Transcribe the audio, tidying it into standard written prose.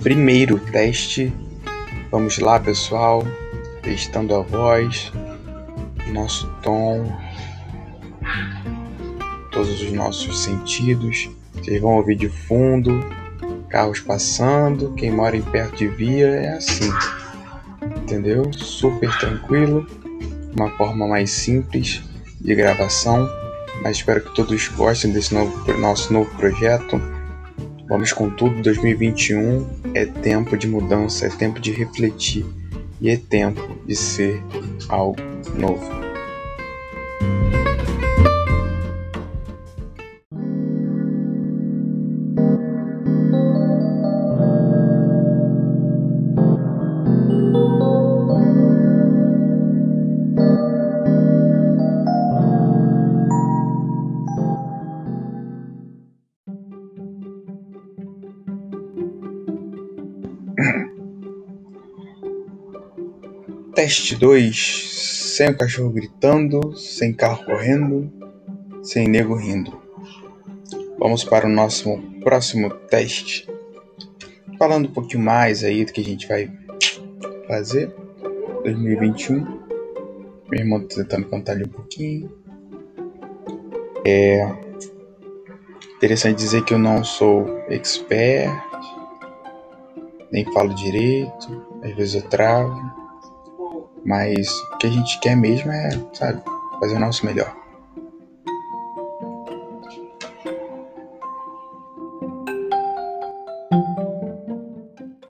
primeiro teste. Vamos lá, pessoal, testando a voz, nosso tom, todos os nossos sentidos. Vocês vão ouvir de fundo, carros passando, quem mora em perto de via é assim, entendeu? Super tranquilo, uma forma mais simples de gravação, mas espero que todos gostem desse nosso novo projeto. Vamos com tudo. 2021 é tempo de mudança, é tempo de refletir e é tempo de ser algo novo. Teste 2, sem o cachorro gritando, sem carro correndo, sem nego rindo. Vamos para o nosso próximo teste. Falando um pouquinho mais aí do que a gente vai fazer 2021. Meu irmão tá tentando contar ali um pouquinho. Interessante dizer que eu não sou expert, nem falo direito, às vezes eu travo, mas o que a gente quer mesmo é, sabe, fazer o nosso melhor.